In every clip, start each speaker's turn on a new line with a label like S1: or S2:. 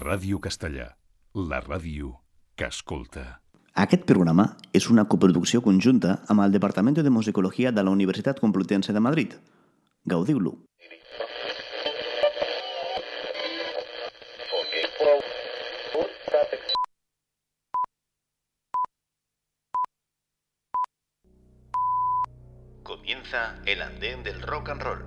S1: Ràdio Castellà, la ràdio que escolta.
S2: Aquest programa és una coproducció conjunta amb el Departament de Musicologia de la Universitat Complutense de Madrid. Gaudiu-lo!
S3: Comienza el andén del rock and roll.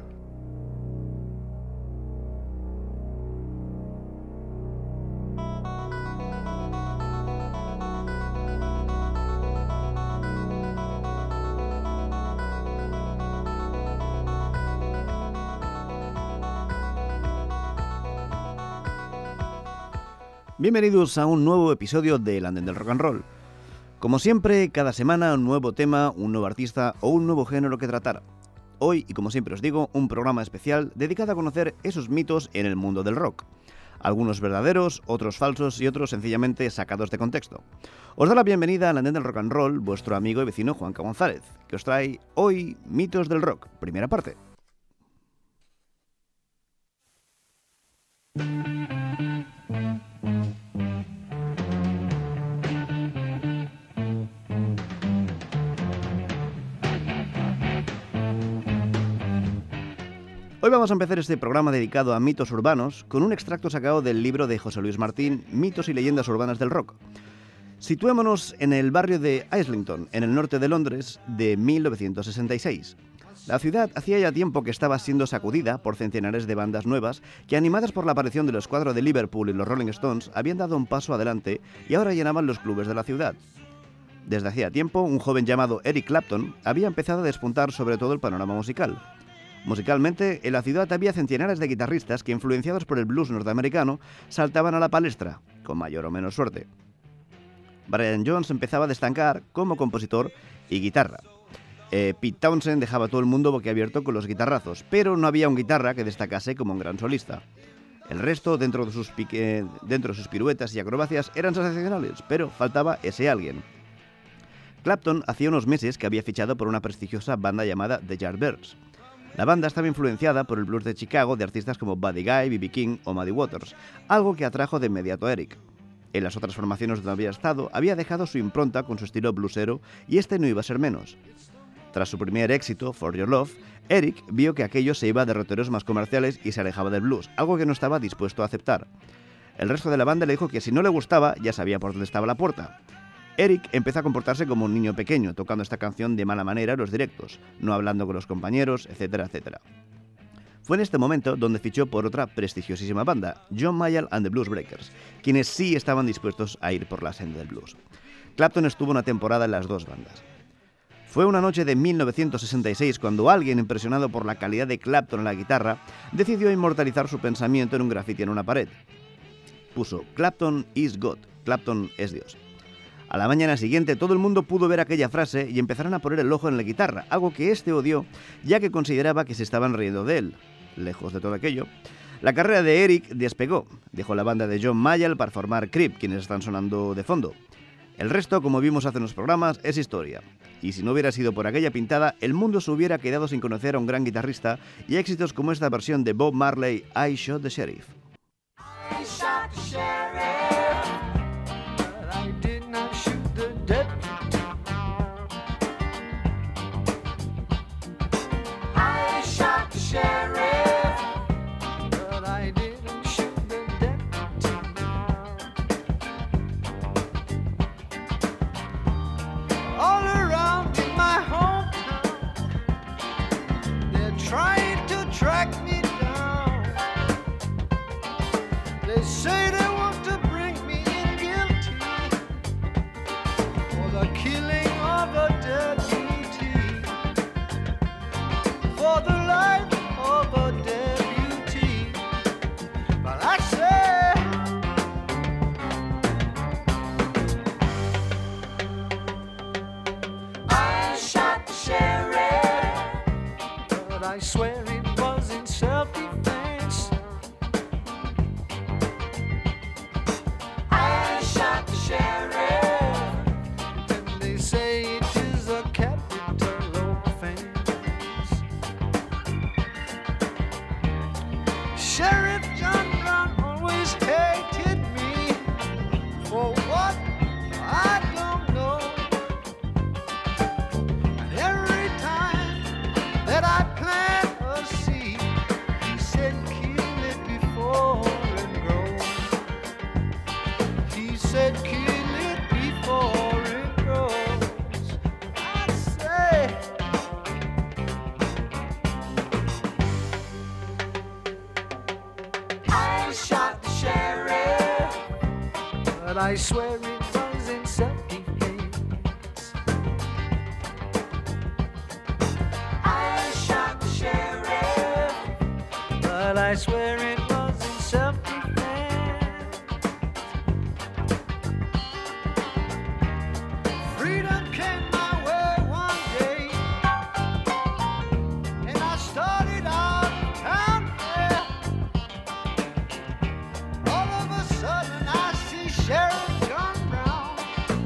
S2: Bienvenidos a un nuevo episodio del Andén del Rock and Roll. Como siempre, cada semana un nuevo tema, un nuevo artista o un nuevo género que tratar. Hoy, y como siempre os digo, un programa especial dedicado a conocer esos mitos en el mundo del rock. Algunos verdaderos, otros falsos y otros sencillamente sacados de contexto. Os da la bienvenida al Andén del Rock and Roll vuestro amigo y vecino Juanca González, que os trae hoy Mitos del Rock, primera parte. Hoy vamos a empezar este programa dedicado a mitos urbanos con un extracto sacado del libro de José Luis Martín, Mitos y leyendas urbanas del rock. Situémonos en el barrio de Islington, en el norte de Londres, de 1966. La ciudad hacía ya tiempo que estaba siendo sacudida por centenares de bandas nuevas que, animadas por la aparición de los Cuatro de Liverpool y los Rolling Stones, habían dado un paso adelante y ahora llenaban los clubes de la ciudad. Desde hacía tiempo, un joven llamado Eric Clapton había empezado a despuntar sobre todo el panorama musical. Musicalmente, en la ciudad había centenares de guitarristas que, influenciados por el blues norteamericano, saltaban a la palestra, con mayor o menos suerte. Brian Jones empezaba a destacar como compositor y guitarra. Pete Townshend dejaba a todo el mundo boquiabierto con los guitarrazos, pero no había un guitarra que destacase como un gran solista. El resto, dentro de sus piruetas y acrobacias, eran sensacionales, pero faltaba ese alguien. Clapton hacía unos meses que había fichado por una prestigiosa banda llamada The Yardbirds. La banda estaba influenciada por el blues de Chicago de artistas como Buddy Guy, B.B. King o Muddy Waters, algo que atrajo de inmediato a Eric. En las otras formaciones donde había estado, había dejado su impronta con su estilo bluesero y este no iba a ser menos. Tras su primer éxito, For Your Love, Eric vio que aquello se iba a derroteros más comerciales y se alejaba del blues, algo que no estaba dispuesto a aceptar. El resto de la banda le dijo que si no le gustaba, ya sabía por dónde estaba la puerta. Eric empezó a comportarse como un niño pequeño, tocando esta canción de mala manera en los directos, no hablando con los compañeros, etcétera, etcétera. Fue en este momento donde fichó por otra prestigiosísima banda, John Mayall and the Blues Breakers, quienes sí estaban dispuestos a ir por la senda del blues. Clapton estuvo una temporada en las dos bandas. Fue una noche de 1966 cuando alguien, impresionado por la calidad de Clapton en la guitarra, decidió inmortalizar su pensamiento en un grafiti en una pared. Puso "Clapton is God", Clapton es Dios. A la mañana siguiente todo el mundo pudo ver aquella frase y empezaron a poner el ojo en la guitarra, algo que este odió, ya que consideraba que se estaban riendo de él. Lejos de todo aquello, la carrera de Eric despegó. Dejó la banda de John Mayall para formar Creep, quienes están sonando de fondo. El resto, como vimos hace unos programas, es historia. Y si no hubiera sido por aquella pintada, el mundo se hubiera quedado sin conocer a un gran guitarrista y éxitos como esta versión de Bob Marley, I Shot the Sheriff.
S4: I shot the sheriff, but I did not shoot the deputy. I shot the sheriff, but I didn't shoot the deputy. All around in my hometown, they're trying to track me down. They say they want to bring me in guilty for the killing of a deputy, for the life of a deputy. But I say, I shot the sheriff, but I swear it was in self-defense. I shot the sheriff, and they say it is a capital offense. Sheriff John Brown always hated me. said kill it before it grows. I say I shot the sheriff, but I swear it was in self-defense. I shot the sheriff, but I swear it was in self-defense. Freedom came my way one day, and I started out town fair. All of a sudden I see Sheriff John Brown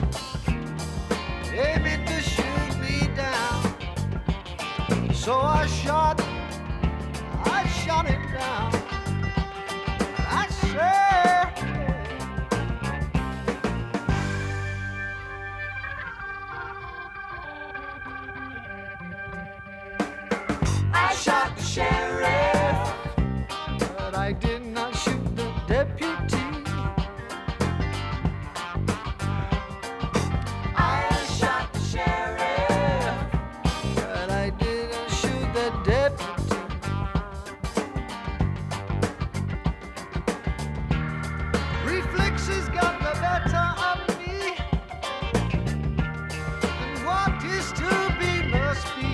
S4: aiming to shoot me down. So I shot him down. I said I shot the sheriff, but I did not shoot the deputy. I shot the sheriff, but I didn't shoot the deputy. Reflexes got the better of me, and what is to be must be.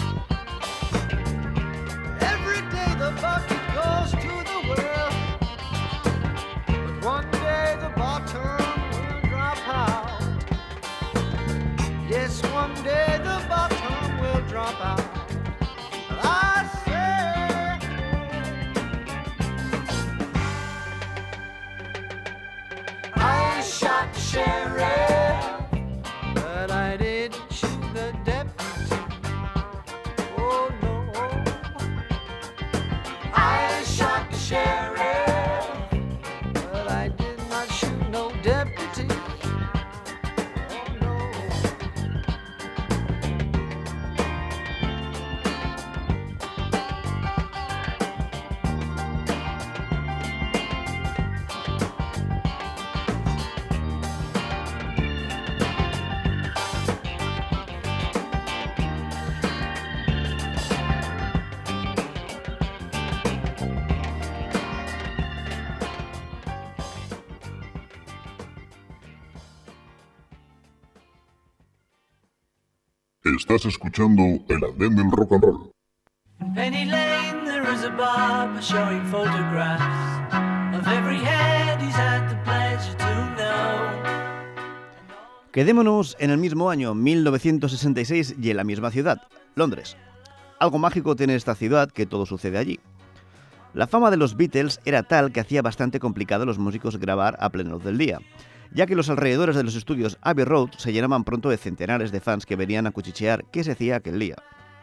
S4: Every day the bucket goes to the well, but one day the bottom will drop out. Yes, one day the bottom will drop out. I say I shot the sheriff, but I didn't shoot the deputy. Oh no, I shot the sheriff, but I did not shoot no deputy. Oh no.
S5: Estás escuchando El Andén del Rock and Roll.
S6: In Penny Lane there is a barber showing photographs of every head he's had the pleasure to know.
S2: Quedémonos en el mismo año, 1966, y en la misma ciudad, Londres. Algo mágico tiene esta ciudad, que todo sucede allí. La fama de los Beatles era tal que hacía bastante complicado a los músicos grabar a plena luz del día, ya que los alrededores de los estudios Abbey Road se llenaban pronto de centenares de fans que venían a cuchichear qué se hacía aquel día.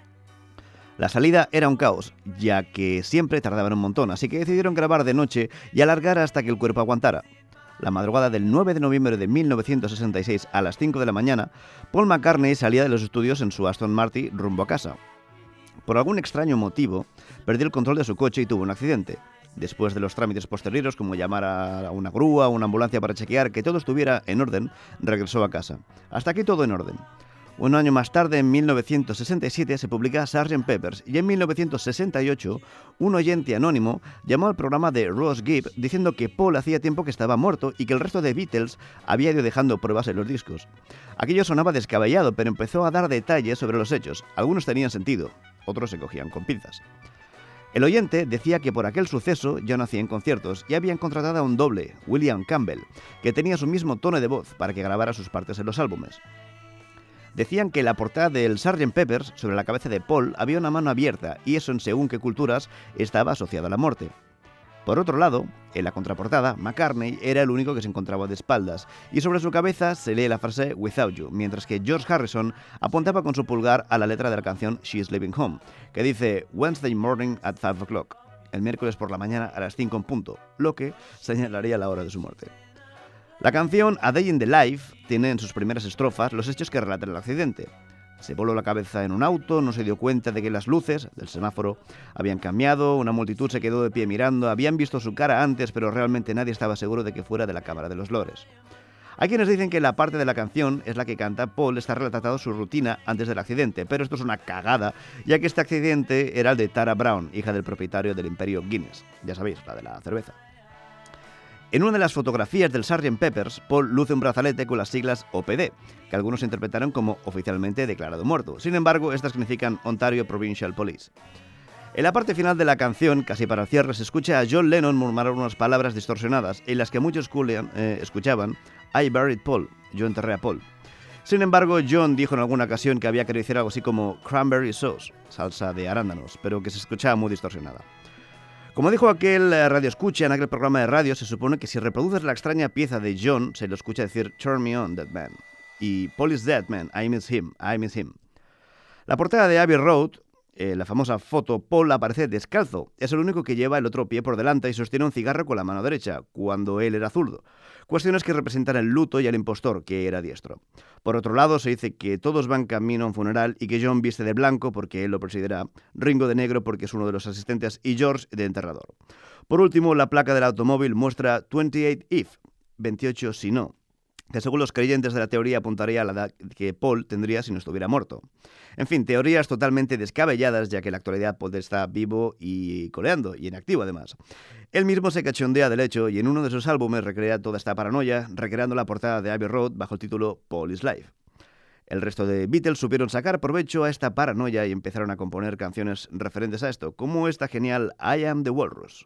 S2: La salida era un caos, ya que siempre tardaban un montón, así que decidieron grabar de noche y alargar hasta que el cuerpo aguantara. La madrugada del 9 de noviembre de 1966 a las 5 de la mañana, Paul McCartney salía de los estudios en su Aston Martin rumbo a casa. Por algún extraño motivo, perdió el control de su coche y tuvo un accidente. Después de los trámites posteriores, como llamar a una grúa o una ambulancia para chequear que todo estuviera en orden, regresó a casa. Hasta aquí todo en orden. Un año más tarde, en 1967, se publica Sgt. Pepper's y en 1968, un oyente anónimo llamó al programa de Ross Gibb diciendo que Paul hacía tiempo que estaba muerto y que el resto de Beatles había ido dejando pruebas en los discos. Aquello sonaba descabellado, pero empezó a dar detalles sobre los hechos. Algunos tenían sentido, otros se cogían con pinzas. El oyente decía que por aquel suceso ya no hacían conciertos y habían contratado a un doble, William Campbell, que tenía su mismo tono de voz para que grabara sus partes en los álbumes. Decían que en la portada del Sgt. Pepper's, sobre la cabeza de Paul, había una mano abierta y eso en según qué culturas estaba asociado a la muerte. Por otro lado, en la contraportada, McCartney era el único que se encontraba de espaldas y sobre su cabeza se lee la frase Without You, mientras que George Harrison apuntaba con su pulgar a la letra de la canción She's Leaving Home, que dice Wednesday morning at 5 o'clock, el miércoles por la mañana a las 5 en punto, lo que señalaría la hora de su muerte. La canción A Day in the Life tiene en sus primeras estrofas los hechos que relatan el accidente. Se voló la cabeza en un auto, no se dio cuenta de que las luces del semáforo habían cambiado, una multitud se quedó de pie mirando, habían visto su cara antes, pero realmente nadie estaba seguro de que fuera de la Cámara de los Lores. Hay quienes dicen que la parte de la canción es la que canta Paul está relatando su rutina antes del accidente, pero esto es una cagada, ya que este accidente era el de Tara Brown, hija del propietario del Imperio Guinness, ya sabéis, la de la cerveza. En una de las fotografías del Sgt. Peppers, Paul luce un brazalete con las siglas OPD, que algunos interpretaron como oficialmente declarado muerto. Sin embargo, estas significan Ontario Provincial Police. En la parte final de la canción, casi para el cierre, se escucha a John Lennon murmurar unas palabras distorsionadas en las que muchos escuchaban I buried Paul, yo enterré a Paul. Sin embargo, John dijo en alguna ocasión que había querido decir algo así como cranberry sauce, salsa de arándanos, pero que se escuchaba muy distorsionada. Como dijo aquel radioescucha en aquel programa de radio, se supone que si reproduces la extraña pieza de John, se lo escucha decir Turn me on, dead man. Y Paul is dead, man, I miss him, I miss him. La portada de Abbey Road, la famosa foto, Paul aparece descalzo. Es el único que lleva el otro pie por delante y sostiene un cigarro con la mano derecha, cuando él era zurdo. Cuestiones que representan el luto y al impostor, que era diestro. Por otro lado, se dice que todos van camino a un funeral y que John viste de blanco porque él lo presidirá, Ringo de negro porque es uno de los asistentes y George de enterrador. Por último, la placa del automóvil muestra 28 if, 28 si no, que según los creyentes de la teoría apuntaría a la edad que Paul tendría si no estuviera muerto. En fin, teorías totalmente descabelladas, ya que en la actualidad Paul está vivo y coleando, y en activo además. Él mismo se cachondea del hecho y en uno de sus álbumes recrea toda esta paranoia, recreando la portada de Abbey Road bajo el título Paul is Live. El resto de Beatles supieron sacar provecho a esta paranoia y empezaron a componer canciones referentes a esto, como esta genial I Am the Walrus.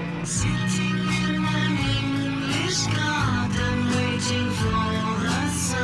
S7: Sitting in an English garden waiting for the sun.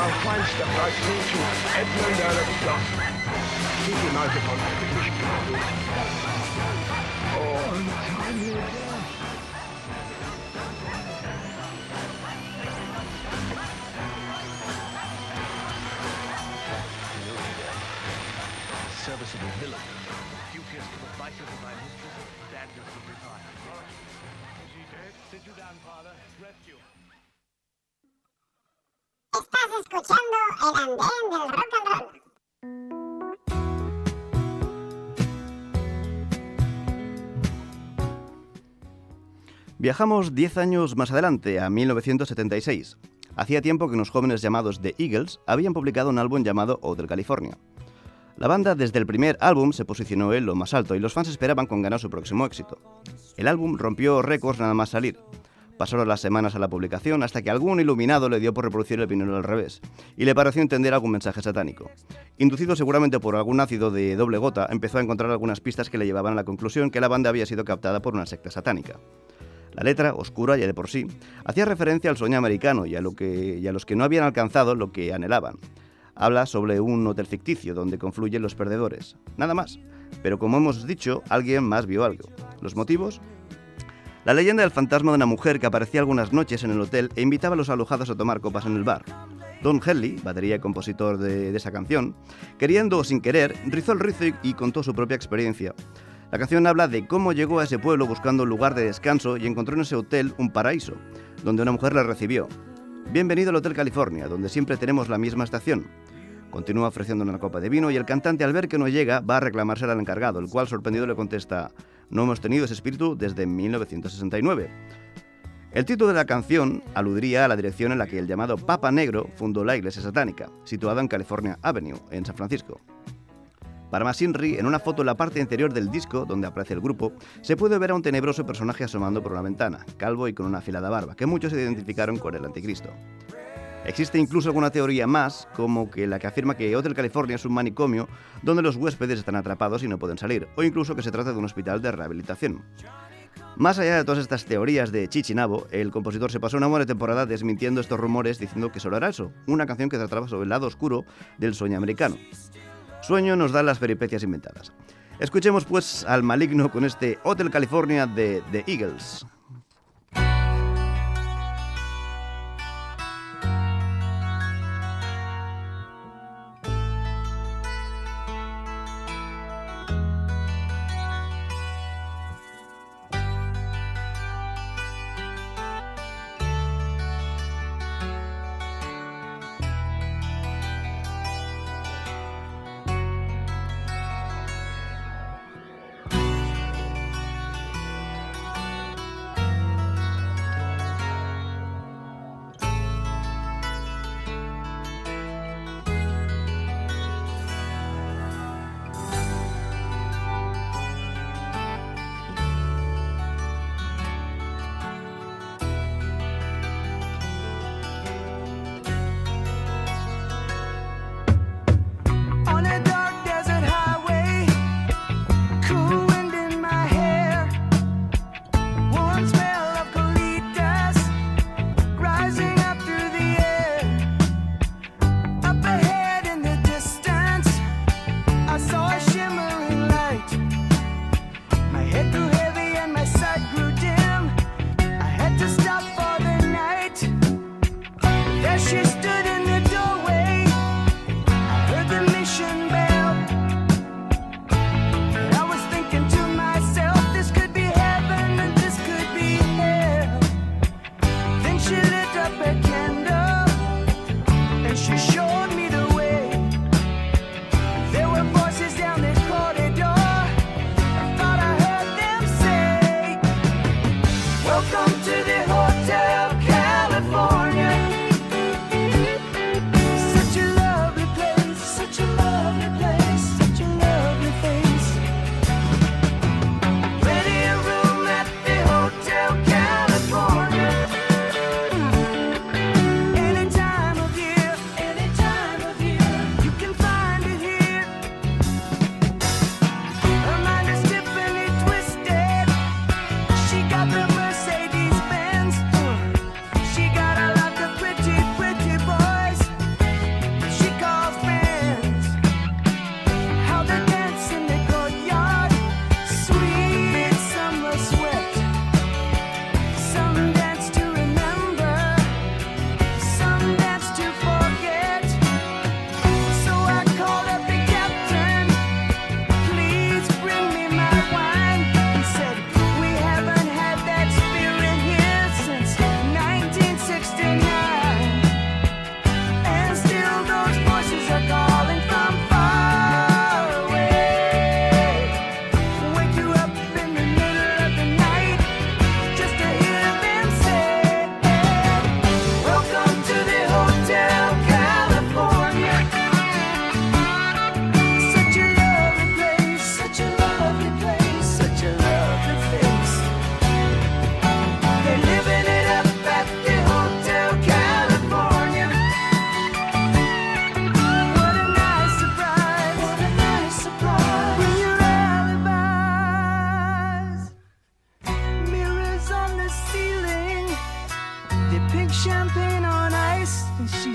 S7: our fine stuff right through to Edmund Earl of Gloucester. Keep your eyes upon the British people. Oh, untimely death.
S8: Serviceable villain. Dubious to the vices of thy mistress, badness of desire. Is he dead? Sit you down, father. Rest you.
S9: Estás escuchando el andén del rock and roll.
S2: Viajamos 10 años más adelante, a 1976. Hacía tiempo que unos jóvenes llamados The Eagles habían publicado un álbum llamado Hotel California. La banda desde el primer álbum se posicionó en lo más alto y los fans esperaban con ganas su próximo éxito. El álbum rompió récords nada más salir. Pasaron las semanas a la publicación hasta que algún iluminado le dio por reproducir el vinilo al revés y le pareció entender algún mensaje satánico. Inducido seguramente por algún ácido de doble gota, empezó a encontrar algunas pistas que le llevaban a la conclusión que la banda había sido captada por una secta satánica. La letra, oscura ya de por sí, hacía referencia al sueño americano y a los que no habían alcanzado lo que anhelaban. Habla sobre un hotel ficticio donde confluyen los perdedores. Nada más. Pero como hemos dicho, alguien más vio algo. ¿Los motivos? La leyenda del fantasma de una mujer que aparecía algunas noches en el hotel e invitaba a los alojados a tomar copas en el bar. Don Henley, batería y compositor de esa canción, queriendo o sin querer, rizó el rizo y contó su propia experiencia. La canción habla de cómo llegó a ese pueblo buscando un lugar de descanso y encontró en ese hotel un paraíso, donde una mujer le recibió. Bienvenido al Hotel California, donde siempre tenemos la misma estación. Continúa ofreciendo una copa de vino y el cantante, al ver que no llega, va a reclamársela al encargado, el cual sorprendido le contesta: no hemos tenido ese espíritu desde 1969. El título de la canción aludiría a la dirección en la que el llamado Papa Negro fundó la iglesia satánica, situada en California Avenue, en San Francisco. Para más Inri, en una foto en la parte interior del disco, donde aparece el grupo, se puede ver a un tenebroso personaje asomando por una ventana, calvo y con una afilada barba, que muchos identificaron con el anticristo. Existe incluso alguna teoría más, como que la que afirma que Hotel California es un manicomio donde los huéspedes están atrapados y no pueden salir, o incluso que se trata de un hospital de rehabilitación. Más allá de todas estas teorías de Chichinabo, el compositor se pasó una buena temporada desmintiendo estos rumores diciendo que solo era eso, una canción que trataba sobre el lado oscuro del sueño americano. Sueño nos da las peripecias inventadas. Escuchemos pues al maligno con este Hotel California de The Eagles.
S6: Welcome to the Hotel California.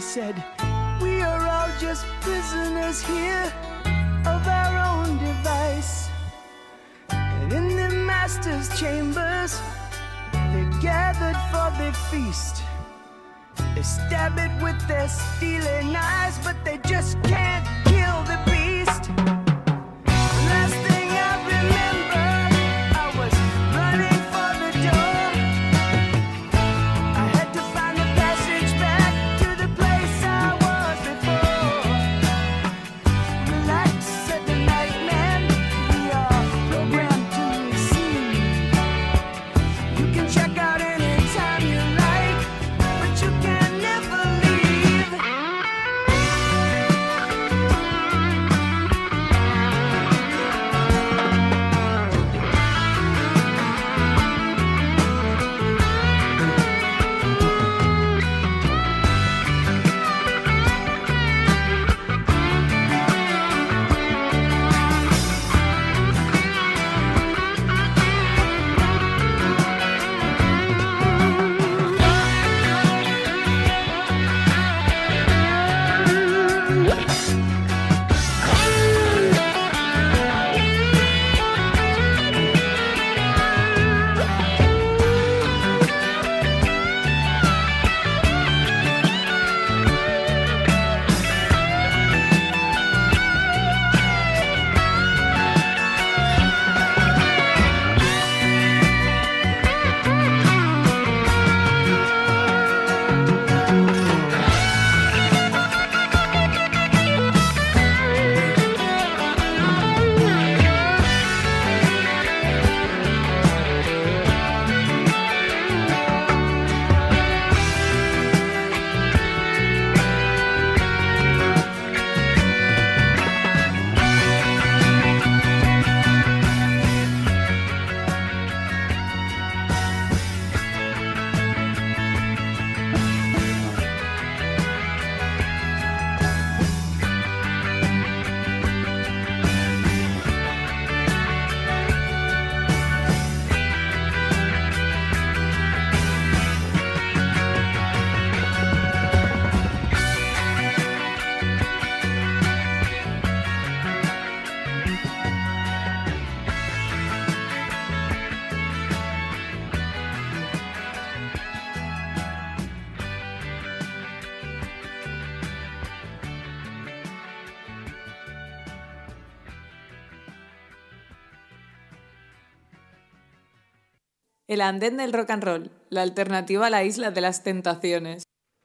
S6: said, we are all just prisoners here of our own device. And in the master's chambers, they gathered for the feast. They stab it with their steely knives, but they just can't kill the beast. Last thing I remember, I was running for the door. I had to find the passage back to the place I was before. Relax, said the nightman, we are programmed to receive. You can check out anytime you like, but you can never leave.
S10: El andén del rock and roll, la alternativa a la isla de las tentaciones.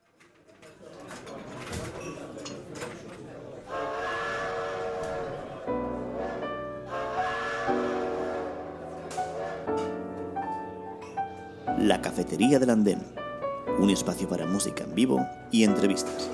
S2: La cafetería del andén, un espacio para música en vivo y entrevistas.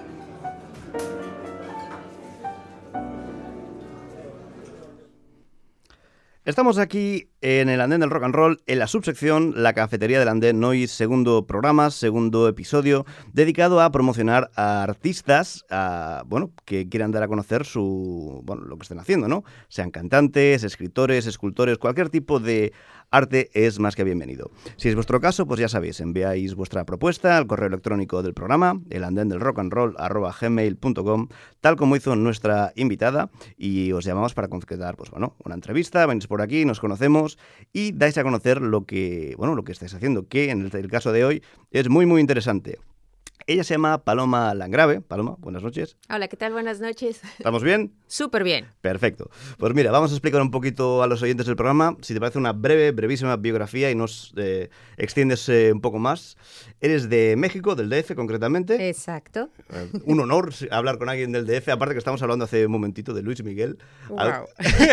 S2: Estamos aquí en el andén del rock and roll, en la subsección La Cafetería del Andén. Hoy segundo programa, segundo episodio, dedicado a promocionar a artistas que quieran dar a conocer lo que estén haciendo, ¿no? Sean cantantes, escritores, escultores, cualquier tipo de arte es más que bienvenido. Si es vuestro caso, pues ya sabéis, enviáis vuestra propuesta al correo electrónico del programa, elandendelrockandroll@gmail.com, tal como hizo nuestra invitada, y os llamamos para concretar una entrevista. Venís por aquí, nos conocemos y dais a conocer lo que estáis haciendo, que en el caso de hoy es muy muy interesante. Ella se llama Paloma Landgrave. Paloma, buenas noches.
S11: Hola, ¿qué tal? Buenas noches.
S2: ¿Estamos bien?
S11: Súper bien.
S2: Perfecto. Pues mira, vamos a explicar un poquito a los oyentes del programa, si te parece, una brevísima biografía y nos extiendes un poco más. Eres de México, del DF concretamente.
S11: Exacto.
S2: Un honor hablar con alguien del DF, aparte que estamos hablando hace un momentito de Luis Miguel.
S11: Wow.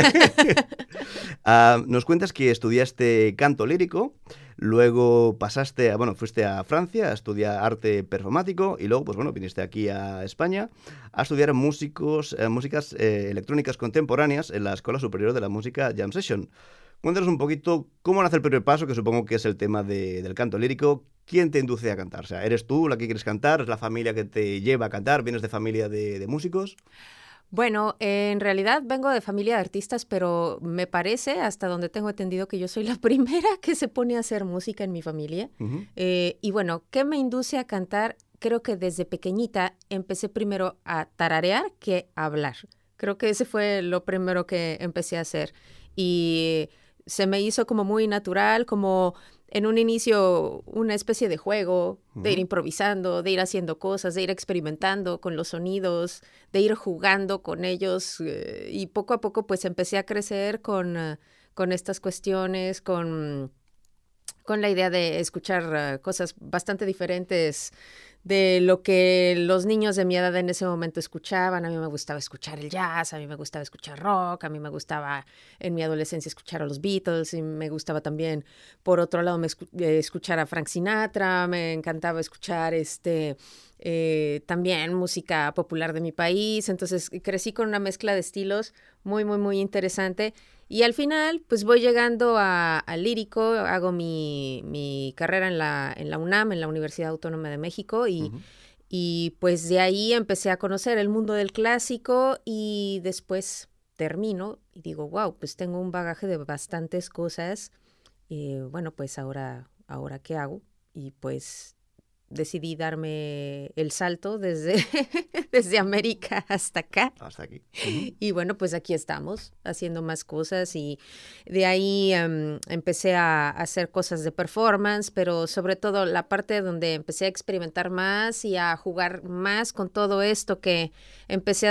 S2: Nos cuentas que estudiaste canto lírico. Luego fuiste a Francia a estudiar arte performático y luego, viniste aquí a España a estudiar músicas electrónicas contemporáneas en la Escuela Superior de la Música Jam Session. Cuéntanos un poquito cómo nace el primer paso, que supongo que es el tema del canto lírico. ¿Quién te induce a cantar? O sea, ¿eres tú la que quieres cantar? ¿Es la familia que te lleva a cantar? ¿Vienes de familia de músicos?
S11: Bueno, en realidad vengo de familia de artistas, pero me parece, hasta donde tengo entendido, que yo soy la primera que se pone a hacer música en mi familia. Uh-huh. Y bueno, ¿qué me induce a cantar? creo que desde pequeñita empecé primero a tararear que a hablar. Creo que ese fue lo primero que empecé a hacer. Y se me hizo como muy natural, como en un inicio una especie de juego, de ir improvisando, de ir haciendo cosas, de ir experimentando con los sonidos, de ir jugando con ellos. Y poco a poco pues empecé a crecer con estas cuestiones, con la idea de escuchar cosas bastante diferentes de lo que los niños de mi edad en ese momento escuchaban. A mí me gustaba escuchar el jazz, a mí me gustaba escuchar rock, a mí me gustaba en mi adolescencia escuchar a los Beatles y me gustaba también, por otro lado, escuchar a Frank Sinatra, me encantaba escuchar también música popular de mi país. Entonces crecí con una mezcla de estilos muy, muy, muy interesante. Y al final, pues voy llegando al lírico, hago mi carrera en la UNAM, en la Universidad Autónoma de México, y pues de ahí empecé a conocer el mundo del clásico y después termino y digo, wow, pues tengo un bagaje de bastantes cosas. Bueno, pues ahora ¿qué hago? Y pues decidí darme el salto desde América hasta acá.
S2: Hasta aquí.
S11: Y bueno, pues aquí estamos haciendo más cosas y de ahí empecé a hacer cosas de performance, pero sobre todo la parte donde empecé a experimentar más y a jugar más con todo esto que empecé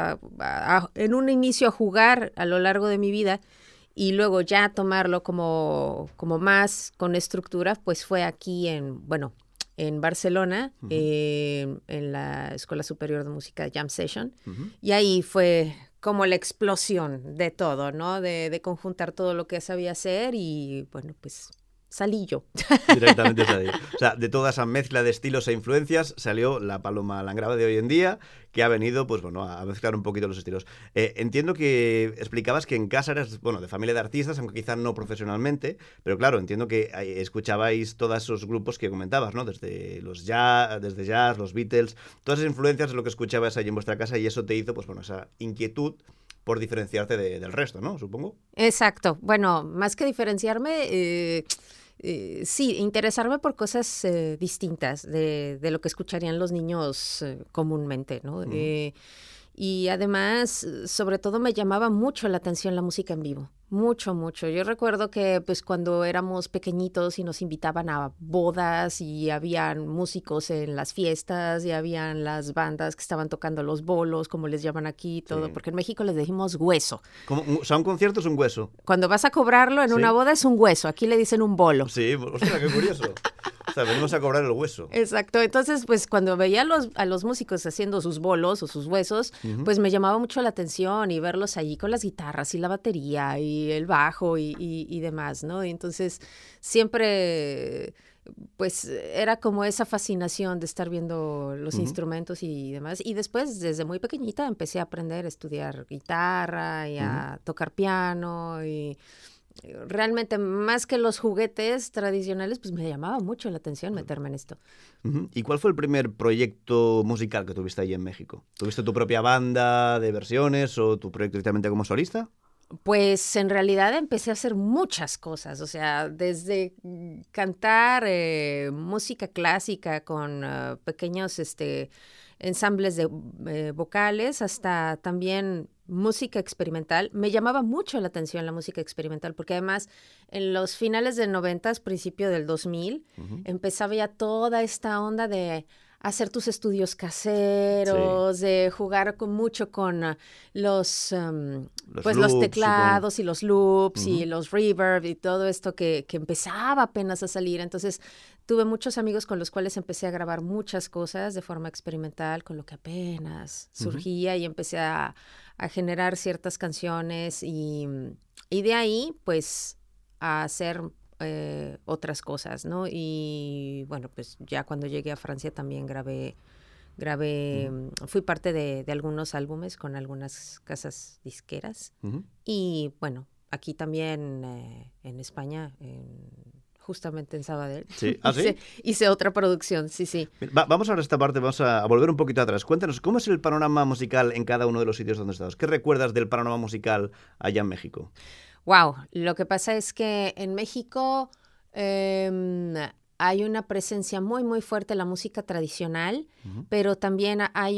S11: en un inicio a jugar a lo largo de mi vida y luego ya tomarlo como más con estructura, pues fue aquí en Barcelona, en la Escuela Superior de Música Jam Session, y ahí fue como la explosión de todo, ¿no? De conjuntar todo lo que sabía hacer y, bueno, pues salí yo.
S2: Directamente salí. O sea, de toda esa mezcla de estilos e influencias salió la Paloma Landgrave de hoy en día, que ha venido, pues bueno, a mezclar un poquito los estilos. Entiendo que explicabas que en casa eras, bueno, de familia de artistas, aunque quizás no profesionalmente, pero claro, entiendo que escuchabais todos esos grupos que comentabas, ¿no? Desde jazz, los Beatles, todas esas influencias es lo que escuchabas ahí en vuestra casa y eso te hizo, pues bueno, esa inquietud por diferenciarte del resto, ¿no? Supongo.
S11: Exacto. Bueno, más que diferenciarme, sí, interesarme por cosas distintas de lo que escucharían los niños comúnmente, ¿no? Y además, sobre todo me llamaba mucho la atención la música en vivo. Mucho, mucho. Yo recuerdo que pues cuando éramos pequeñitos y nos invitaban a bodas y habían músicos en las fiestas y habían las bandas que estaban tocando los bolos, como les llaman aquí, todo, porque en México les decimos hueso.
S2: O sea, un concierto es un hueso.
S11: Cuando vas a cobrarlo en una boda es un hueso, aquí le dicen un bolo.
S2: Sí, ostras, qué curioso. O sea, venimos a cobrar el hueso.
S11: Exacto. Entonces, pues cuando veía a los músicos haciendo sus bolos o sus huesos, pues me llamaba mucho la atención y verlos allí con las guitarras y la batería y el bajo y demás, ¿no? Y entonces siempre pues era como esa fascinación de estar viendo los instrumentos y demás. Y después, desde muy pequeñita, empecé a aprender a estudiar guitarra y a tocar piano y realmente más que los juguetes tradicionales, pues me llamaba mucho la atención meterme en esto.
S2: ¿Y cuál fue el primer proyecto musical que tuviste ahí en México? ¿Tuviste tu propia banda de versiones o tu proyecto directamente como solista?
S11: Pues en realidad empecé a hacer muchas cosas, o sea, desde cantar música clásica con pequeños ensambles de vocales hasta también música experimental. Me llamaba mucho la atención la música experimental porque además en los finales del 90, principio del 2000, empezaba ya toda esta onda de hacer tus estudios caseros, de jugar mucho con los teclados y los loops y los reverb y todo esto que empezaba apenas a salir. Entonces tuve muchos amigos con los cuales empecé a grabar muchas cosas de forma experimental, con lo que apenas surgía y empecé a generar ciertas canciones y de ahí pues a hacer otras cosas, ¿no? Y bueno, pues ya cuando llegué a Francia también grabé, fui parte de algunos álbumes con algunas casas disqueras y bueno, aquí también en España, justamente en Sabadell.
S2: ¿Sí? ¿Ah, sí?
S11: Hice otra producción, sí.
S2: Vamos ahora a esta parte, vamos a volver un poquito atrás. Cuéntanos, ¿cómo es el panorama musical en cada uno de los sitios donde estás? ¿Qué recuerdas del panorama musical allá en México?
S11: Wow, lo que pasa es que en México hay una presencia muy, muy fuerte en la música tradicional, pero también hay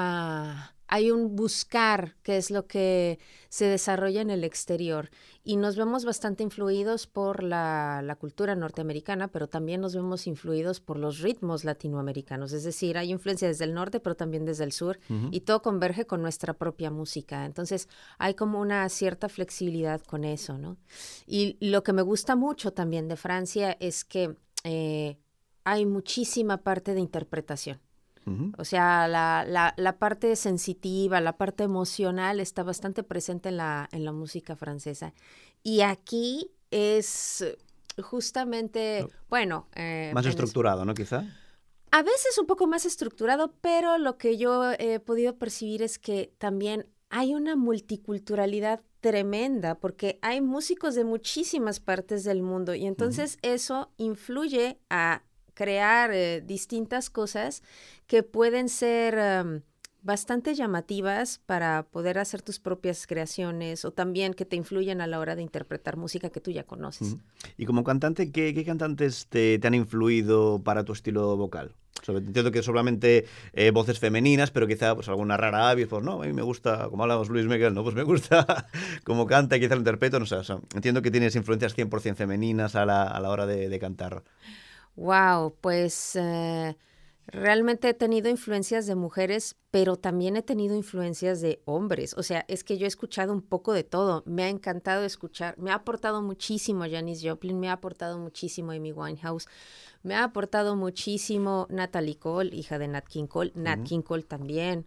S11: un buscar, que es lo que se desarrolla en el exterior. Y nos vemos bastante influidos por la cultura norteamericana, pero también nos vemos influidos por los ritmos latinoamericanos. Es decir, hay influencia desde el norte, pero también desde el sur, y todo converge con nuestra propia música. Entonces, hay como una cierta flexibilidad con eso, ¿no? Y lo que me gusta mucho también de Francia es que hay muchísima parte de interpretación. O sea, la parte sensitiva, la parte emocional está bastante presente en la música francesa. Y aquí es justamente, bueno...
S2: más estructurado, ¿no? Quizá.
S11: A veces un poco más estructurado, pero lo que yo he podido percibir es que también hay una multiculturalidad tremenda, porque hay músicos de muchísimas partes del mundo y entonces eso influye a crear distintas cosas que pueden ser bastante llamativas para poder hacer tus propias creaciones o también que te influyen a la hora de interpretar música que tú ya conoces.
S2: Y como cantante, ¿qué cantantes te han influido para tu estilo vocal? Entiendo que solamente voces femeninas, pero quizá pues alguna rara avis, pues no, a mí me gusta, como hablamos Luis Miguel, ¿no? Pues me gusta como canta y quizá lo interpreto, no sé, o sea, entiendo que tienes influencias 100% femeninas a la hora de cantar.
S11: Wow, pues realmente he tenido influencias de mujeres, pero también he tenido influencias de hombres. O sea, es que yo he escuchado un poco de todo. Me ha encantado escuchar. Me ha aportado muchísimo Janis Joplin, me ha aportado muchísimo Amy Winehouse, me ha aportado muchísimo Natalie Cole, hija de Nat King Cole. Nat King Cole también.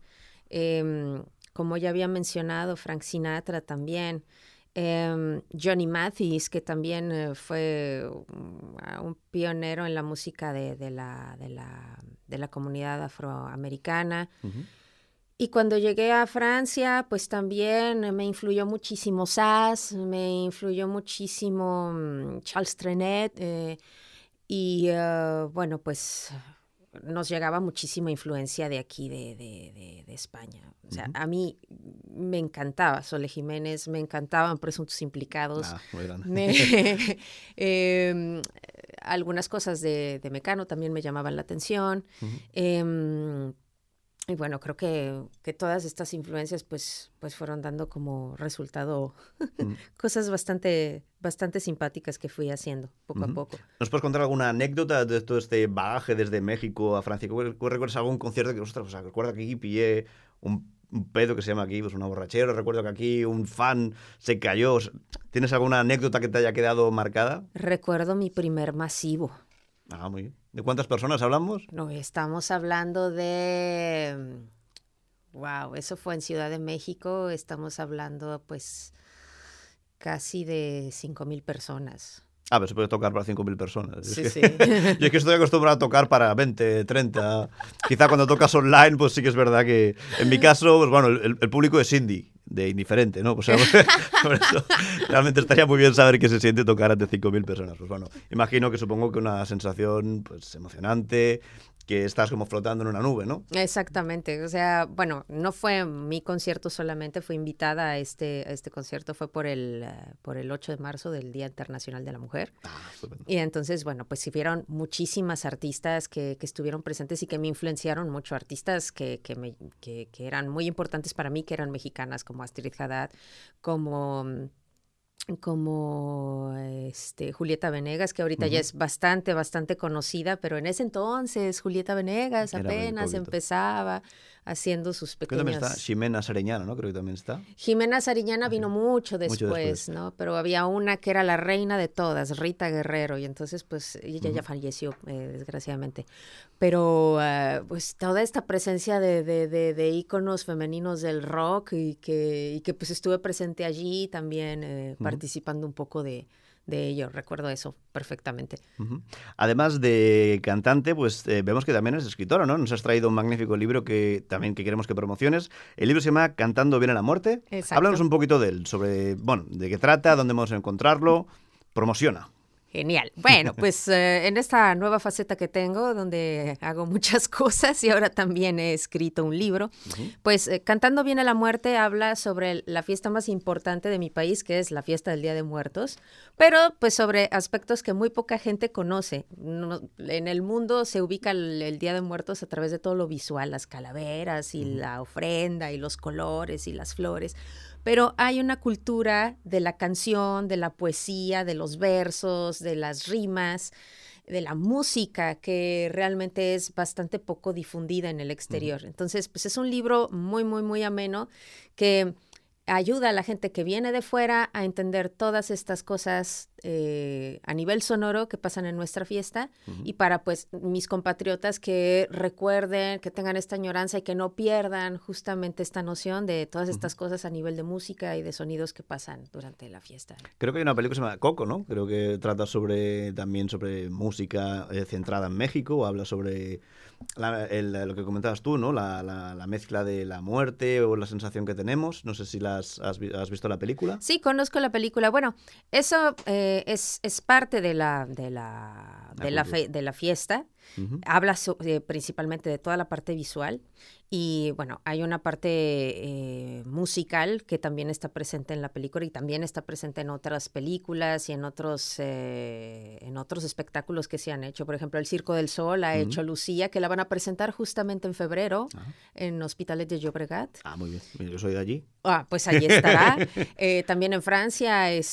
S11: Como ya había mencionado, Frank Sinatra también. Johnny Mathis, que también fue un pionero en la música de la comunidad afroamericana. Y cuando llegué a Francia, pues también me influyó muchísimo Sass, me influyó muchísimo Charles Trenet, y bueno, pues nos llegaba muchísima influencia de aquí, de España. O sea, a mí me encantaba Sole Jiménez, me encantaban Presuntos Implicados.
S2: Muy grande.
S11: Algunas cosas de Mecano también me llamaban la atención. Y bueno, creo que todas estas influencias pues fueron dando como resultado cosas bastante simpáticas que fui haciendo poco a poco.
S2: ¿Nos puedes contar alguna anécdota de todo este bagaje desde México a Francia? ¿Recuerdas algún concierto que, ostras, o sea, recuerda que aquí pillé un pedo que se llama aquí, pues una borrachera, recuerdo que aquí un fan se cayó? ¿Tienes alguna anécdota que te haya quedado marcada?
S11: Recuerdo mi primer masivo.
S2: Ah, muy bien. ¿De cuántas personas hablamos?
S11: No, estamos hablando de... Wow, eso fue en Ciudad de México. Estamos hablando, pues, casi de 5,000 personas.
S2: Ah, pero se puede tocar para 5,000 personas.
S11: Sí,
S2: sí. Yo es que estoy acostumbrado a tocar para 20, 30. Quizá cuando tocas online, pues sí que es verdad que... En mi caso, pues bueno, el público es indie, de indiferente, ¿no? Pues, por eso realmente estaría muy bien saber qué se siente tocar ante 5,000 personas. Pues bueno, imagino que supongo que una sensación pues emocionante, que estás como flotando en una nube, ¿no?
S11: Exactamente. O sea, bueno, no fue mi concierto solamente, fue invitada a este concierto, fue por el 8 de marzo del Día Internacional de la Mujer. Y entonces, bueno, pues sí vieron muchísimas artistas que estuvieron presentes y que me influenciaron mucho, artistas que eran muy importantes para mí, que eran mexicanas, como Astrid Haddad, como Julieta Venegas, que ahorita ya es bastante conocida, pero en ese entonces Julieta Venegas apenas empezaba haciendo sus pequeños...
S2: Creo que también está Ximena Sariñana, ¿no? Creo que también está.
S11: Ximena Sariñana vino mucho después, ¿no? Pero había una que era la reina de todas, Rita Guerrero, y entonces pues ella ya falleció, desgraciadamente. Pero pues toda esta presencia de íconos femeninos del rock y que pues estuve presente allí también participando un poco de ello, recuerdo eso perfectamente.
S2: Además de cantante, pues vemos que también eres escritora, ¿no? Nos has traído un magnífico libro que queremos que promociones. El libro se llama Cantando viene la muerte.
S11: Exacto.
S2: Háblanos un poquito de él, sobre, bueno, de qué trata, dónde vamos a encontrarlo. Promociona.
S11: Genial. Bueno, pues en esta nueva faceta que tengo, donde hago muchas cosas y ahora también he escrito un libro, pues Cantando Viene la Muerte habla sobre la fiesta más importante de mi país, que es la fiesta del Día de Muertos, pero pues sobre aspectos que muy poca gente conoce. En el mundo se ubica el Día de Muertos a través de todo lo visual, las calaveras y la ofrenda y los colores y las flores. Pero hay una cultura de la canción, de la poesía, de los versos, de las rimas, de la música que realmente es bastante poco difundida en el exterior. Entonces, pues es un libro muy, muy, muy ameno que ayuda a la gente que viene de fuera a entender todas estas cosas a nivel sonoro que pasan en nuestra fiesta y para pues mis compatriotas que recuerden, que tengan esta añoranza y que no pierdan justamente esta noción de todas estas cosas a nivel de música y de sonidos que pasan durante la fiesta.
S2: Creo que hay una película que se llama Coco, ¿no? Creo que trata también sobre música centrada en México, o habla sobre lo que comentabas tú, ¿no? La mezcla de la muerte o la sensación que tenemos. No sé si has visto la película.
S11: Sí, conozco la película. Bueno, eso es parte de la fiesta. Habla principalmente de toda la parte visual y bueno, hay una parte musical que también está presente en la película y también está presente en otras películas y en otros espectáculos que se han hecho. Por ejemplo, el Circo del Sol ha hecho Lucía, que la van a presentar justamente en febrero en Hospitalet de Llobregat.
S2: Ah, muy bien. Yo soy de allí.
S11: Ah, pues allí estará. También en Francia, el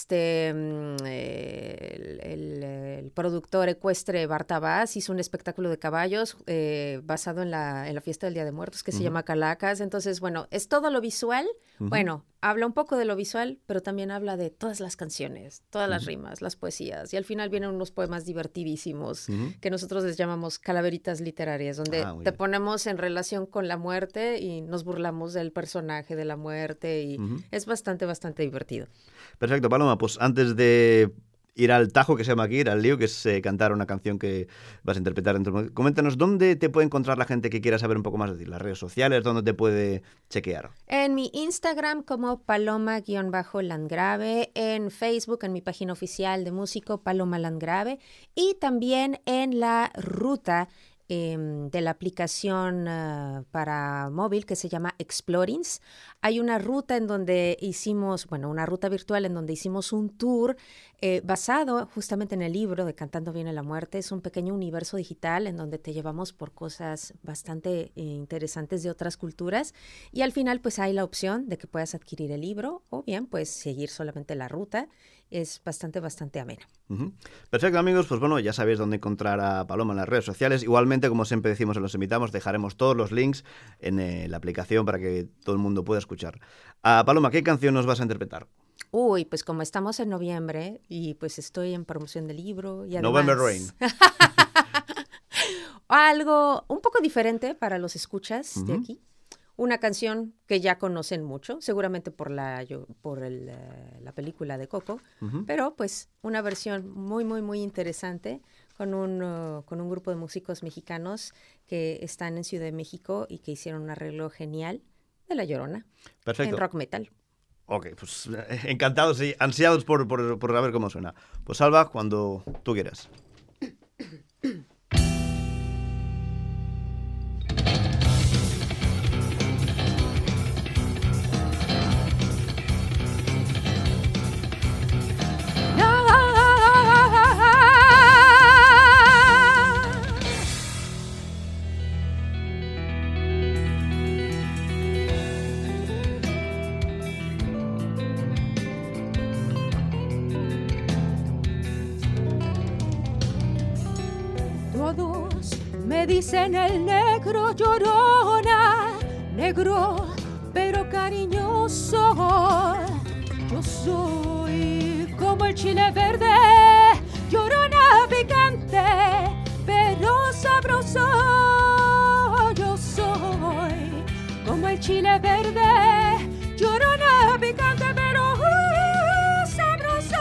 S11: productor ecuestre Bartabás hizo un espectáculo de caballos basado en la fiesta del Día de Muertos que se llama Calacas. Entonces, bueno, es todo lo visual. Bueno, habla un poco de lo visual, pero también habla de todas las canciones, todas las rimas, las poesías. Y al final vienen unos poemas divertidísimos que nosotros les llamamos calaveritas literarias, donde te ponemos en relación con la muerte y nos burlamos del personaje de la muerte y es bastante, bastante divertido.
S2: Perfecto, Paloma. Pues antes de ir al tajo que se llama aquí, ir al lío, que es cantar una canción que vas a interpretar dentro. Coméntanos, ¿dónde te puede encontrar la gente que quiera saber un poco más de ti? ¿Las redes sociales? ¿Dónde te puede chequear?
S11: En mi Instagram como Paloma_Landgrave, en Facebook, en mi página oficial de músico Paloma Landgrave y también en la ruta de la aplicación para móvil que se llama Explorings. Hay una ruta en donde hicimos, una ruta virtual en donde hicimos un tour basado justamente en el libro de Cantando Viene la Muerte. Es un pequeño universo digital en donde te llevamos por cosas bastante interesantes de otras culturas y al final pues hay la opción de que puedas adquirir el libro o bien pues seguir solamente la ruta. Es bastante, bastante amena.
S2: Perfecto, amigos. Pues bueno, ya sabéis dónde encontrar a Paloma en las redes sociales. Igualmente, como siempre decimos en Los Invitamos, dejaremos todos los links en la aplicación para que todo el mundo pueda escuchar. Paloma, ¿qué canción nos vas a interpretar?
S11: Uy, pues como estamos en noviembre y pues estoy en promoción del libro y además...
S2: November Rain.
S11: Algo un poco diferente para los escuchas de aquí. Una canción que ya conocen mucho, seguramente por la película de Coco, pero pues una versión muy, muy, muy interesante con un grupo de músicos mexicanos que están en Ciudad de México y que hicieron un arreglo genial de La Llorona.
S2: Perfecto.
S11: En rock metal.
S2: Ok, pues encantados y ansiados por ver cómo suena. Pues Alba, cuando tú quieras.
S12: Me dicen el negro Llorona, negro pero cariñoso. Yo soy como el chile verde, Llorona picante, pero sabroso. Yo soy como el chile verde, Llorona picante, pero sabroso.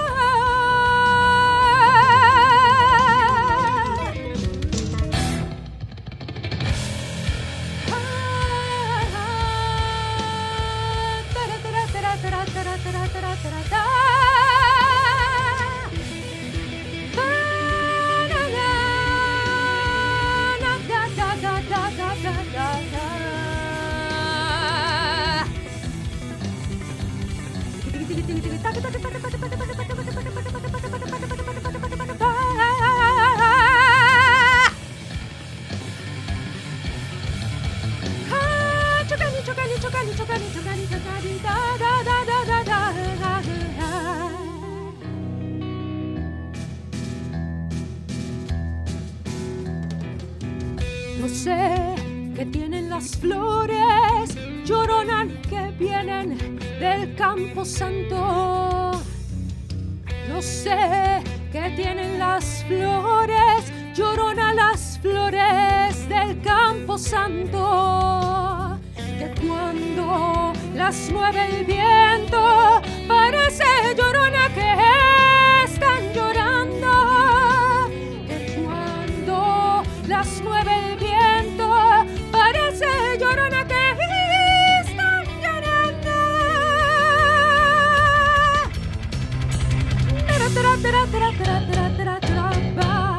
S12: canicho, canicho, canicho, canicho, canicho, canicho, da, da, da, da, da, da, da, da. No sé qué tienen las flores, lloronas que vienen del Campo Santo. No sé qué tienen las flores, lloronas las flores del Campo Santo. Que cuando las mueve el viento, parece llorona que están llorando. Que cuando las mueve el viento, parece llorona que están llorando. Tra, tra, tra, tra, tra, tra, tra, ba.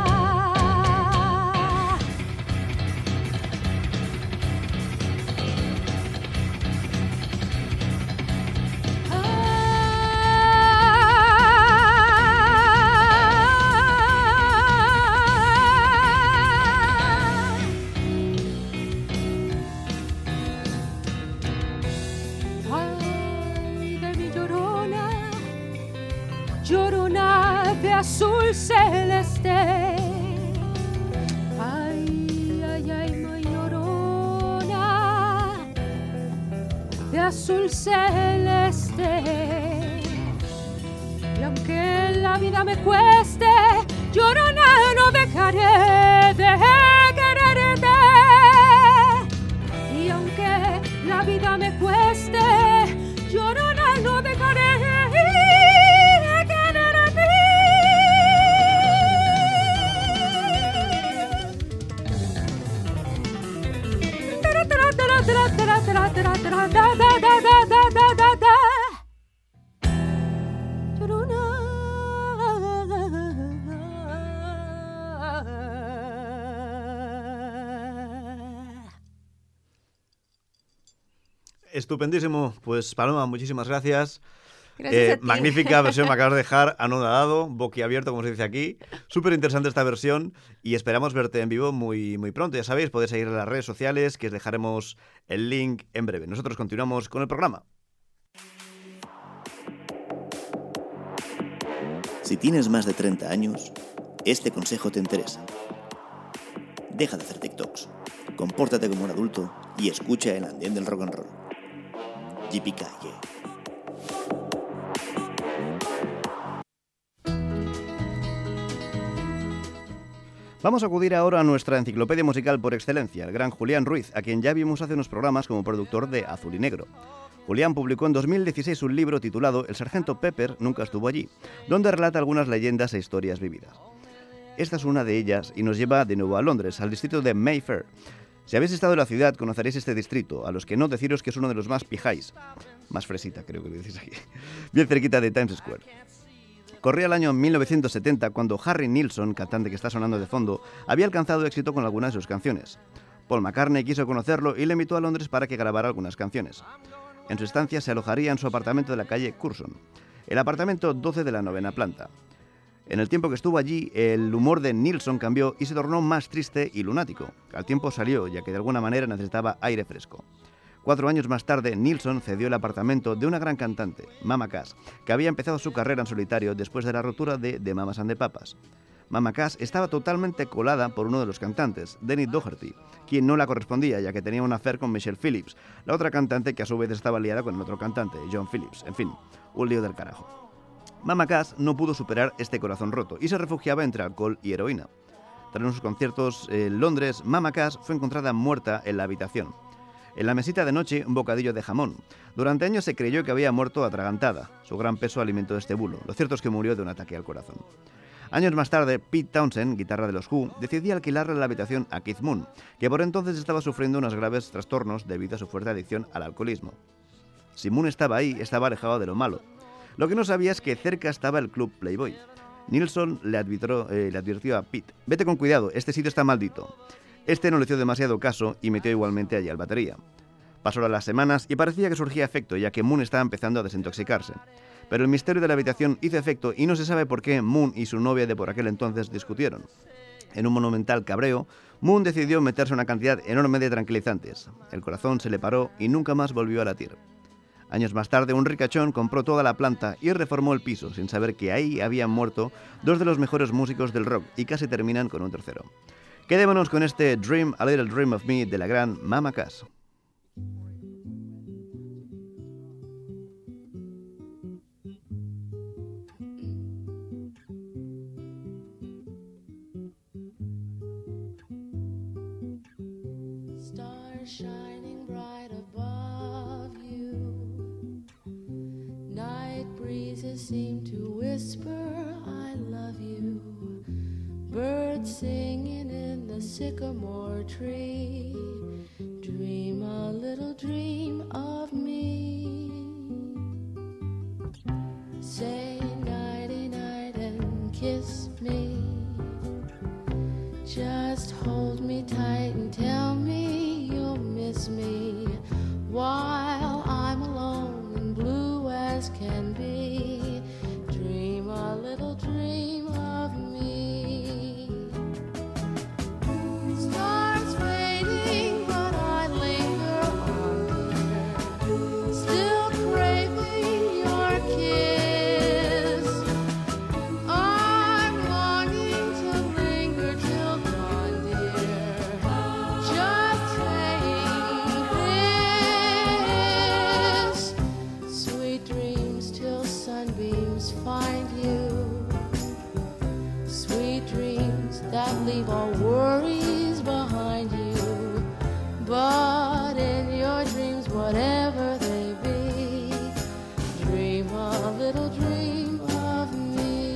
S12: Azul celeste, ay, ay, ay, mi llorona, de azul celeste. Y aunque la vida me cueste, llorona, no dejaré de quererte. Y aunque la vida me cueste, llorona, no dejaré de quererte.
S2: Estupendísimo. Pues Paloma, muchísimas gracias.
S11: Gracias a ti.
S2: Magnífica versión me acabas de dejar anonadado, boquiabierto, como se dice aquí. Súper interesante esta versión y esperamos verte en vivo muy, muy pronto. Ya sabéis, podéis seguir en las redes sociales, que os dejaremos el link en breve. Nosotros continuamos con el programa.
S13: Si tienes más de 30 años, este consejo te interesa. Deja de hacer TikToks, compórtate como un adulto y escucha el andén del rock and roll. Yippee-ki-yay.
S2: Vamos a acudir ahora a nuestra enciclopedia musical por excelencia, el gran Julián Ruiz, a quien ya vimos hace unos programas como productor de Azul y Negro. Julián publicó en 2016 un libro titulado El sargento Pepper nunca estuvo allí, donde relata algunas leyendas e historias vividas. Esta es una de ellas y nos lleva de nuevo a Londres, al distrito de Mayfair. Si habéis estado en la ciudad, conoceréis este distrito, a los que no deciros que es uno de los más pijáis. Más fresita, creo que lo decís aquí. Bien cerquita de Times Square. Corría el año 1970 cuando Harry Nilsson, cantante que está sonando de fondo, había alcanzado éxito con algunas de sus canciones. Paul McCartney quiso conocerlo y le invitó a Londres para que grabara algunas canciones. En su estancia se alojaría en su apartamento de la calle Curzon, el apartamento 12 de la 9ª planta. En el tiempo que estuvo allí, el humor de Nilsson cambió y se tornó más triste y lunático. Al tiempo salió, ya que de alguna manera necesitaba aire fresco. 4 años más tarde, Nilsson cedió el apartamento de una gran cantante, Mama Cass, que había empezado su carrera en solitario después de la rotura de The Mamas and the Papas. Mama Cass estaba totalmente colada por uno de los cantantes, Denny Doherty, quien no la correspondía, ya que tenía un affair con Michelle Phillips, la otra cantante que a su vez estaba liada con el otro cantante, John Phillips. En fin, un lío del carajo. Mama Cass no pudo superar este corazón roto y se refugiaba entre alcohol y heroína. Tras unos conciertos en Londres, Mama Cass fue encontrada muerta en la habitación. En la mesita de noche, un bocadillo de jamón. Durante años se creyó que había muerto atragantada. Su gran peso alimentó este bulo. Lo cierto es que murió de un ataque al corazón. Años más tarde, Pete Townshend, guitarra de los Who, decidió alquilarle la habitación a Keith Moon, que por entonces estaba sufriendo unos graves trastornos debido a su fuerte adicción al alcoholismo. Si Moon estaba ahí, estaba alejado de lo malo. Lo que no sabía es que cerca estaba el club Playboy. Nilsson le advirtió a Pete: vete con cuidado, este sitio está maldito. Este no le hizo demasiado caso y metió igualmente allí al batería. Pasaron las semanas y parecía que surgía efecto, ya que Moon estaba empezando a desintoxicarse. Pero el misterio de la habitación hizo efecto y no se sabe por qué Moon y su novia de por aquel entonces discutieron. En un monumental cabreo, Moon decidió meterse una cantidad enorme de tranquilizantes. El corazón se le paró y nunca más volvió a latir. Años más tarde, un ricachón compró toda la planta y reformó el piso, sin saber que ahí habían muerto dos de los mejores músicos del rock y casi terminan con un tercero. Quedémonos con este Dream a Little Dream of Me de la gran Mama Cass.
S14: Shining bright above you, night breezes seem to whisper I love you, birds singing in the sycamore tree, dream a little dream of me, say nighty night and kiss me, just hold me tight and tell me you'll miss me while I'm alone and blue as can be. Dream a little dream of me. Stars fading, but I linger on, dear, still craving your kiss. I'm longing to linger till dawn, dear, just saying this. Sweet dreams till sunbeams find you, sweet dreams that leave all worries behind you, but in your dreams, whatever they be, dream a little dream of me.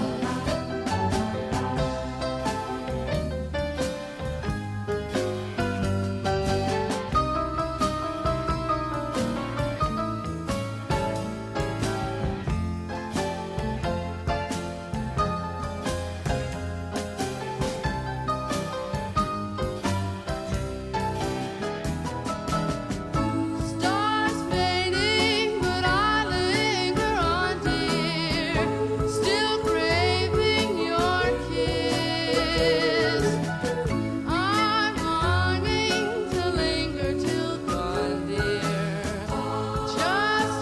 S14: Stars fading, but I linger on, dear, still craving your kiss. I'm longing to linger till dawn, dear, just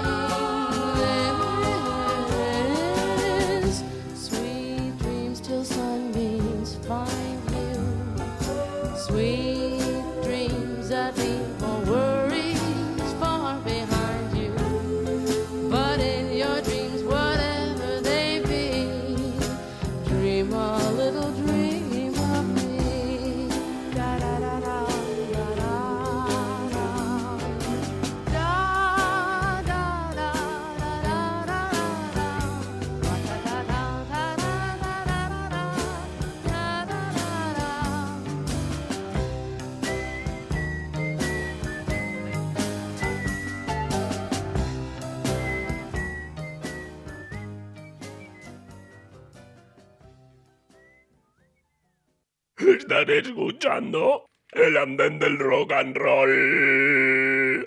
S14: saying this. Sweet dreams till sunbeams find you, sweet dreams that leave all worries far behind you, but in your dreams, whatever they be, dream a little dream of me. Da da da da da da da da da da da
S7: Están escuchando el andén del rock and roll.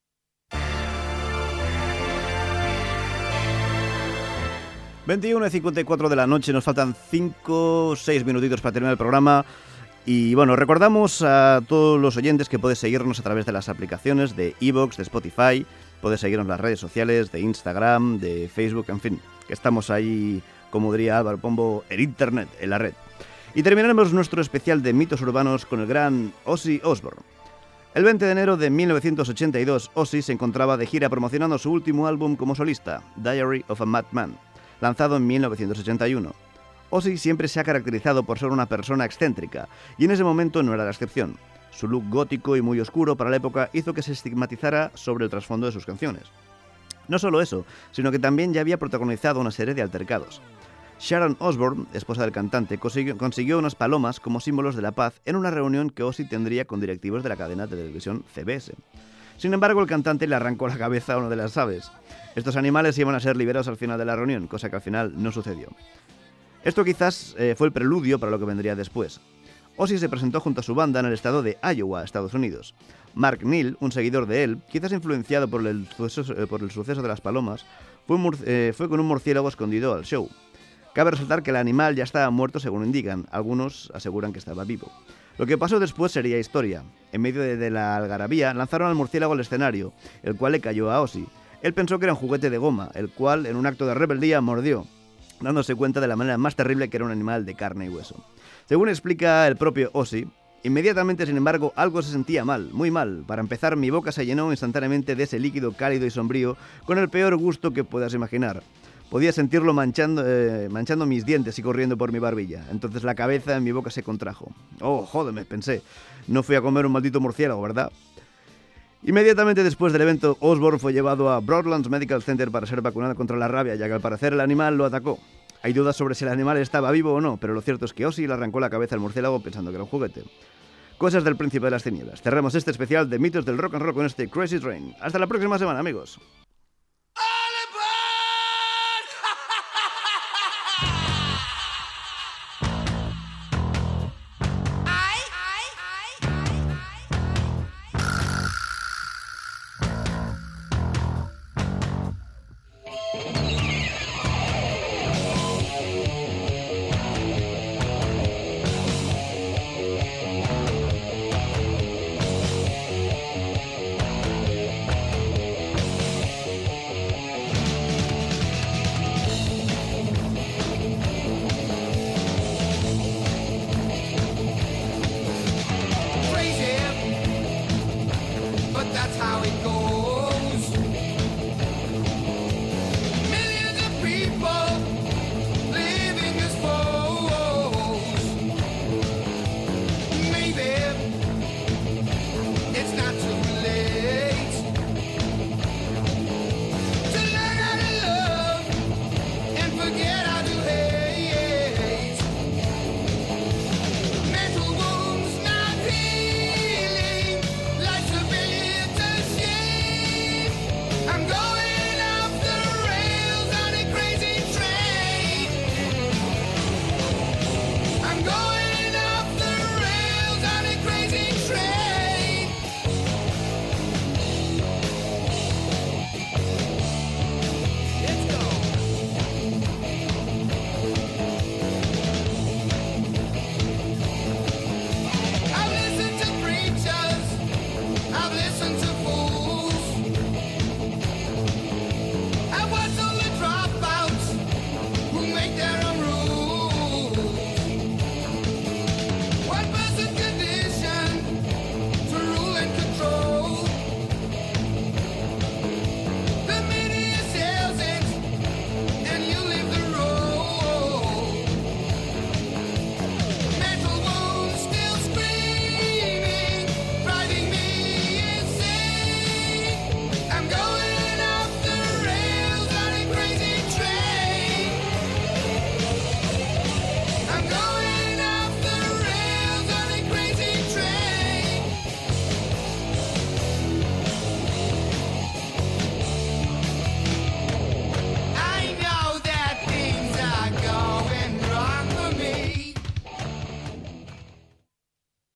S2: ...21:54 de la noche, nos faltan 5 o 6 minutitos para terminar el programa. Y bueno, recordamos a todos los oyentes que puedes seguirnos a través de las aplicaciones de iVoox, de Spotify, puedes seguirnos en las redes sociales, de Instagram, de Facebook, en fin, que estamos ahí, como diría Álvaro Pombo, en internet, en la red. Y terminaremos nuestro especial de mitos urbanos con el gran Ozzy Osbourne. El 20 de enero de 1982, Ozzy se encontraba de gira promocionando su último álbum como solista, Diary of a Madman, lanzado en 1981. Ozzy siempre se ha caracterizado por ser una persona excéntrica, y en ese momento no era la excepción. Su look gótico y muy oscuro para la época hizo que se estigmatizara sobre el trasfondo de sus canciones. No solo eso, sino que también ya había protagonizado una serie de altercados. Sharon Osbourne, esposa del cantante, consiguió unas palomas como símbolos de la paz en una reunión que Ozzy tendría con directivos de la cadena de televisión CBS. Sin embargo, el cantante le arrancó la cabeza a uno de las aves. Estos animales iban a ser liberados al final de la reunión, cosa que al final no sucedió. Esto quizás fue el preludio para lo que vendría después. Ozzy se presentó junto a su banda en el estado de Iowa, Estados Unidos. Mark Neal, un seguidor de él, quizás influenciado por el suceso de las palomas, fue con un murciélago escondido al show. Cabe resaltar que el animal ya estaba muerto según indican, algunos aseguran que estaba vivo. Lo que pasó después sería historia. En medio de la algarabía lanzaron al murciélago al escenario, el cual le cayó a Ozzy. Él pensó que era un juguete de goma, el cual en un acto de rebeldía mordió, dándose cuenta de la manera más terrible que era un animal de carne y hueso. Según explica el propio Ozzy, inmediatamente, sin embargo, algo se sentía mal, muy mal. Para empezar, mi boca se llenó instantáneamente de ese líquido cálido y sombrío con el peor gusto que puedas imaginar. Podía sentirlo manchando mis dientes y corriendo por mi barbilla. Entonces la cabeza en mi boca se contrajo. Oh, jódeme, pensé. No fui a comer un maldito murciélago, ¿verdad? Inmediatamente después del evento, Osborne fue llevado a Broadlands Medical Center para ser vacunado contra la rabia, ya que al parecer el animal lo atacó. Hay dudas sobre si el animal estaba vivo o no, pero lo cierto es que Ozzy le arrancó la cabeza al murciélago pensando que era un juguete. Cosas del Príncipe de las Tinieblas. Cerramos este especial de mitos del rock and roll con este Crazy Train. Hasta la próxima semana, amigos.